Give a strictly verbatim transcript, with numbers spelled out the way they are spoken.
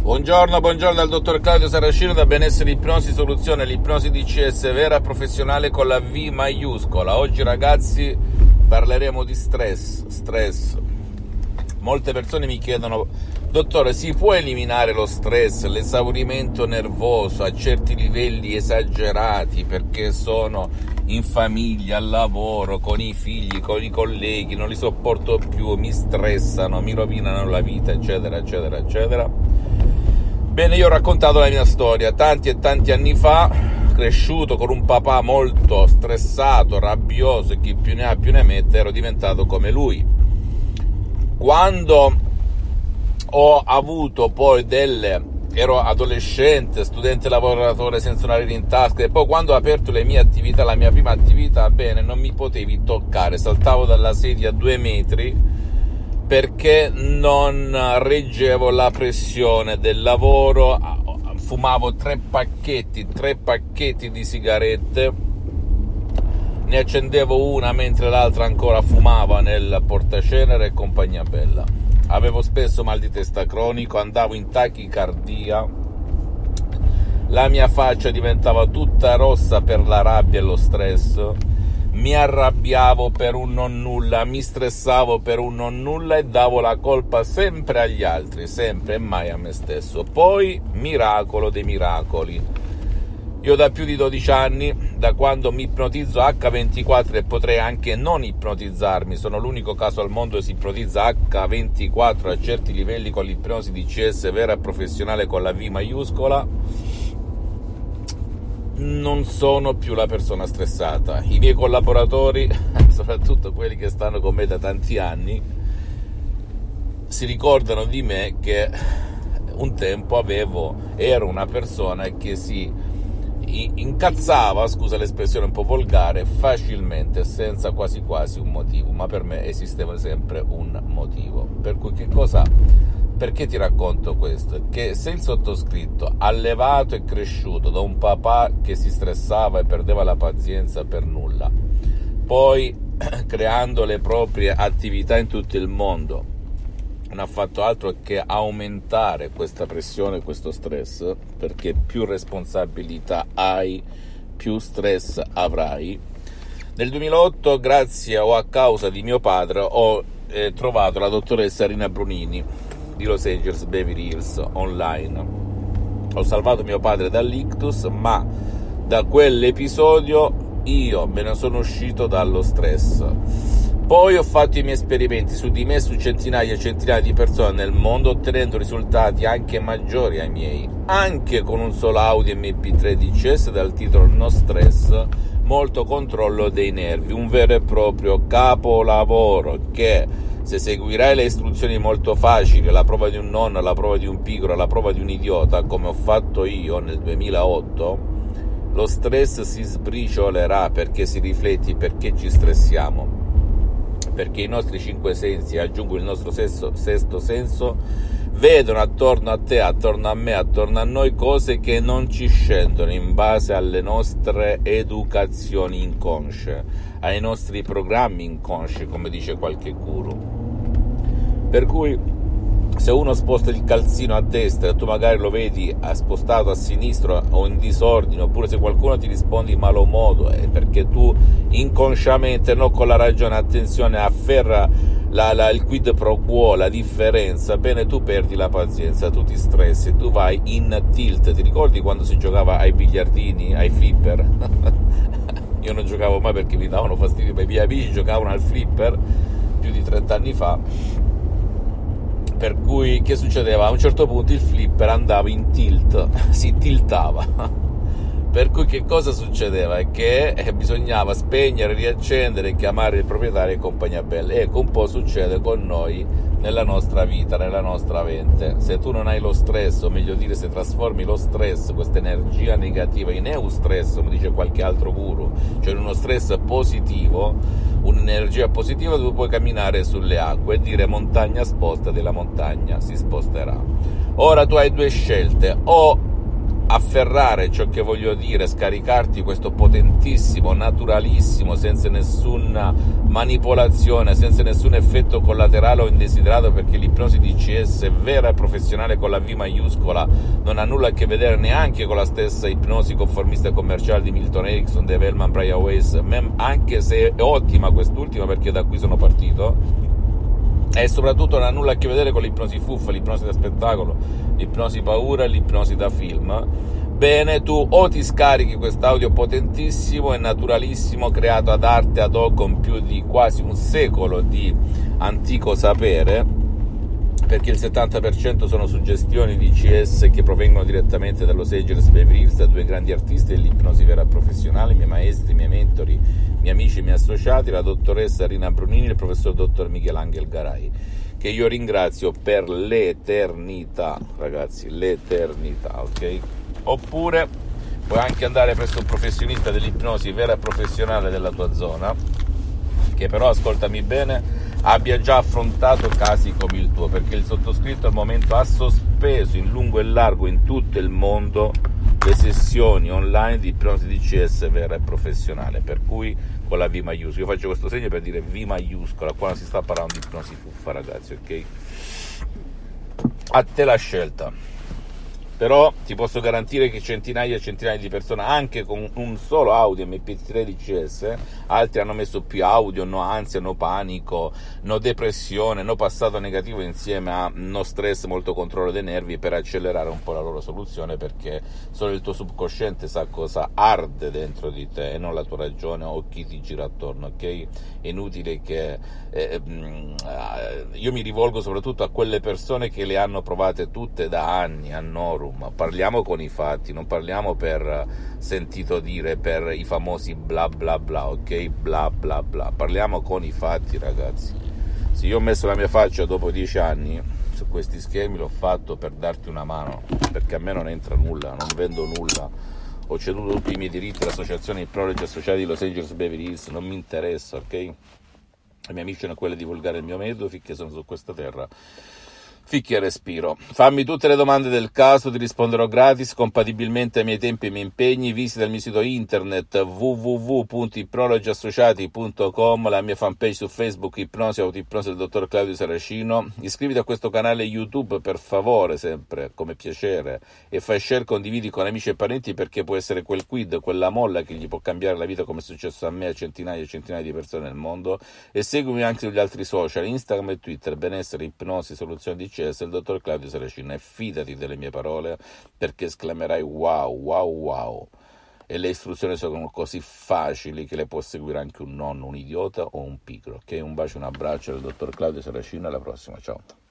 Buongiorno, buongiorno dal dottor Claudio Saracino da Benessere Ipnosi Soluzione, l'ipnosi D C S vera professionale con la V maiuscola. Oggi ragazzi parleremo di stress, stress. Molte persone mi chiedono: dottore, si può eliminare lo stress, l'esaurimento nervoso a certi livelli esagerati perché sono in famiglia, al lavoro, con i figli, con i colleghi, non li sopporto più, mi stressano, mi rovinano la vita, eccetera, eccetera, eccetera. Bene, io ho raccontato la mia storia tanti e tanti anni fa, cresciuto con un papà molto stressato, rabbioso e chi più ne ha più ne mette, ero diventato come lui. Quando ho avuto poi delle... ero adolescente, studente lavoratore senza una lira in tasca, e poi quando ho aperto le mie attività, la mia prima attività, bene, non mi potevi toccare, saltavo dalla sedia a due metri perché non reggevo la pressione del lavoro, fumavo tre pacchetti, tre pacchetti di sigarette, ne accendevo una mentre l'altra ancora fumava nel portacenere e compagnia bella. Avevo spesso mal di testa cronico, andavo in tachicardia, la mia faccia diventava tutta rossa per la rabbia e lo stress, mi arrabbiavo per un non nulla, mi stressavo per un non nulla e davo la colpa sempre agli altri, sempre e mai a me stesso. Poi, miracolo dei miracoli. Io da più di dodici anni, da quando mi ipnotizzo acca ventiquattro e potrei anche non ipnotizzarmi, sono l'unico caso al mondo che si ipnotizza acca ventiquattro a certi livelli con l'ipnosi D C S vera e professionale con la V maiuscola, non sono più la persona stressata. I miei collaboratori, soprattutto quelli che stanno con me da tanti anni, si ricordano di me che un tempo avevo, ero una persona che si incazzava, scusa l'espressione un po' volgare, facilmente, senza quasi quasi un motivo, ma per me esisteva sempre un motivo. Per cui che cosa? Perché ti racconto questo? Che se il sottoscritto, allevato e cresciuto da un papà che si stressava e perdeva la pazienza per nulla, poi creando le proprie attività in tutto il mondo, non ha fatto altro che aumentare questa pressione, questo stress, perché più responsabilità hai, più stress avrai. Nel duemilaotto, grazie o a causa di mio padre, ho eh, trovato la dottoressa Rina Brunini di Los Angeles Beverly Hills online. Ho salvato mio padre dall'ictus, ma da quell'episodio io me ne sono uscito dallo stress. Poi ho fatto i miei esperimenti su di me, su centinaia e centinaia di persone nel mondo, ottenendo risultati anche maggiori ai miei, anche con un solo audio M P tre D C S dal titolo No Stress, molto controllo dei nervi, un vero e proprio capolavoro che, se seguirai le istruzioni molto facili, la prova di un nonno, la prova di un pigro, la prova di un idiota, come ho fatto io nel duemilaotto, lo stress si sbriciolerà, perché si rifletti perché ci stressiamo. Perché i nostri cinque sensi, aggiungo il nostro sesto, sesto senso, vedono attorno a te, attorno a me, attorno a noi cose che non ci scendono in base alle nostre educazioni inconsce, ai nostri programmi inconsci, come dice qualche guru. Per cui se uno sposta il calzino a destra e tu magari lo vedi spostato a sinistra o in disordine, oppure se qualcuno ti risponde in malo modo, è perché tu inconsciamente, non con la ragione, attenzione, afferra la, la, il quid pro quo, la differenza, bene, tu perdi la pazienza, tu ti stressi, tu vai in tilt. Ti ricordi quando si giocava ai biliardini, ai flipper? Io non giocavo mai perché mi davano fastidio, i miei amici giocavano al flipper più di trenta anni fa. Per cui che succedeva? A un certo punto il flipper andava in tilt, si tiltava. Per cui che cosa succedeva? È che bisognava spegnere, riaccendere, chiamare il proprietario e compagnia bella. Ecco, un po' succede con noi nella nostra vita, nella nostra mente. Se tu non hai lo stress, o meglio dire, se trasformi lo stress, questa energia negativa, in eustress, come dice qualche altro guru, cioè in uno stress positivo, un'energia positiva, tu puoi camminare sulle acque e dire: montagna sposta, della montagna si sposterà. Ora tu hai due scelte: o afferrare ciò che voglio dire, scaricarti questo potentissimo, naturalissimo, senza nessuna manipolazione, senza nessun effetto collaterale o indesiderato, perché l'ipnosi D C S vera e professionale con la V maiuscola non ha nulla a che vedere neanche con la stessa ipnosi conformista e commerciale di Milton Erickson, Dave Hellman, Brian Weiss, anche se è ottima quest'ultima perché da qui sono partito. E soprattutto non ha nulla a che vedere con l'ipnosi fuffa, l'ipnosi da spettacolo, l'ipnosi paura e l'ipnosi da film. Bene, tu o ti scarichi quest'audio potentissimo e naturalissimo, creato ad arte ad hoc con più di quasi un secolo di antico sapere, perché il settanta per cento sono suggestioni di C S che provengono direttamente dallo Los Angeles Beverly Hills, da due grandi artisti dell'ipnosi vera professionale, i miei maestri, i miei mentori, i miei amici, i miei associati, la dottoressa Rina Brunini e il professor dottor Michelangelo Garai, che io ringrazio per l'eternità, ragazzi, l'eternità, ok? Oppure puoi anche andare presso un professionista dell'ipnosi vera e professionale della tua zona, che però, ascoltami bene, abbia già affrontato casi come il tuo, perché il sottoscritto al momento ha sospeso in lungo e largo in tutto il mondo le sessioni online di ipnosi D C S vera e professionale, per cui con la V maiuscola. Io faccio questo segno per dire V maiuscola, qua non si sta parlando di ipnosi fuffa, ragazzi, ok? A te la scelta. Però ti posso garantire che centinaia e centinaia di persone, anche con un solo audio M P tre D C S, altri hanno messo più audio, no ansia, no panico, no depressione, no passato negativo, insieme a no stress, molto controllo dei nervi, per accelerare un po' la loro soluzione, perché solo il tuo subconsciente sa cosa arde dentro di te e non la tua ragione o chi ti gira attorno, ok? È inutile che eh, io mi rivolgo soprattutto a quelle persone che le hanno provate tutte da anni, a Norum. Ma parliamo con i fatti, non parliamo per sentito dire, per i famosi bla bla bla, ok? Bla bla bla, parliamo con i fatti, ragazzi. Se io ho messo la mia faccia dopo dieci anni su questi schemi, l'ho fatto per darti una mano, perché a me non entra nulla, non vendo nulla, ho ceduto tutti i miei diritti all'associazione Ipnologi Associati di Los Angeles Beverly Hills, non mi interessa, ok? I miei amici sono quelli di divulgare il mio metodo finché sono su questa terra. Ficchi e respiro. Fammi tutte le domande del caso, ti risponderò gratis, compatibilmente ai miei tempi e ai miei impegni. Visita il mio sito internet w w w punto ipnologi associati punto com, la mia fanpage su Facebook Ipnosi Autoipnosi del dottor Claudio Saracino. Iscriviti a questo canale YouTube per favore, sempre come piacere, e fai share, condividi con amici e parenti, perché può essere quel quid, quella molla che gli può cambiare la vita, come è successo a me, a centinaia e centinaia di persone nel mondo. E seguimi anche sugli altri social, Instagram e Twitter, benessere, ipnosi, soluzioni di C S, il dottor Claudio Saracino, e fidati delle mie parole, perché esclamerai wow, wow, wow, e le istruzioni sono così facili che le può seguire anche un nonno, un idiota o un pigro, ok? Un bacio, un abbraccio dal dottor Claudio Saracino, alla prossima, ciao.